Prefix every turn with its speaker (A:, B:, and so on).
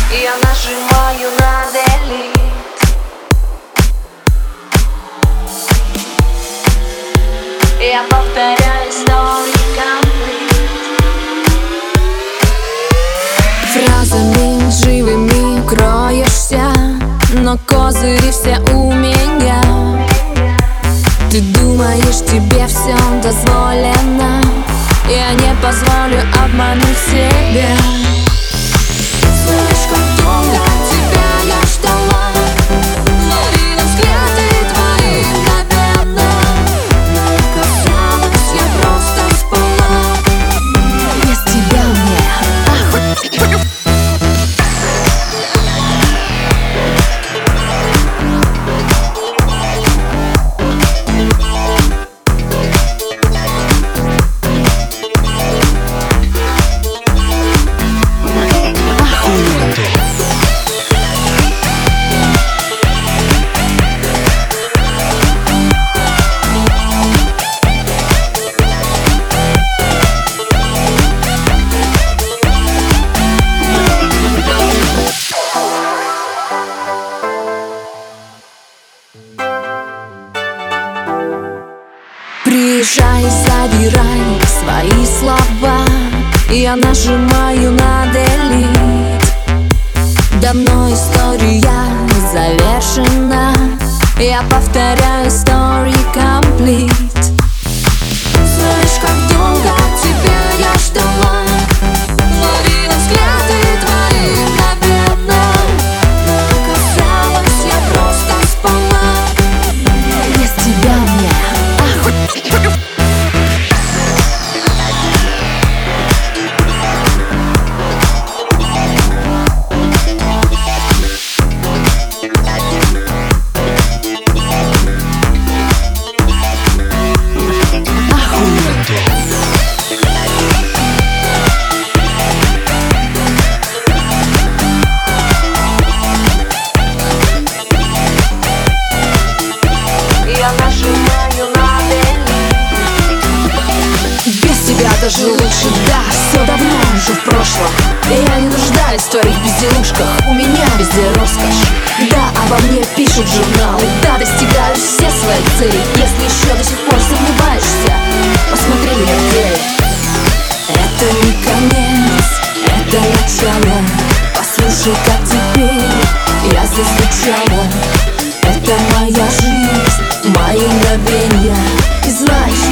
A: Я нажимаю на delete. Я повторяю story complete.
B: Фразами живыми кроешься, но козыри все у меня. Ты думаешь, тебе все дозволено, я не позволю обмануть себя. Слишком долго тебя я ждала, ловила взгляды твои мгновенно. Казалось, я просто спала, без тебя мне приезжай, забирай свои слова. Я нажимаю на delete. Давно история завершена, я повторяю story complete. Слишком долго тебя я ждала, ловила взгляды твои мгновенно. Казалось, я просто спала, без тебя мне даже лучше, да, все давно уже в прошлом. Я не нуждаюсь в твоих безделушках, у меня везде роскошь. Да, обо мне пишут журналы, да, достигаю все свои цели. Если еще до сих пор сомневаешься, посмотри меня в деле. Это не конец, это начало. Послушай, как теперь я зазвучала. Это моя жизнь, мои мгновения. И знаешь,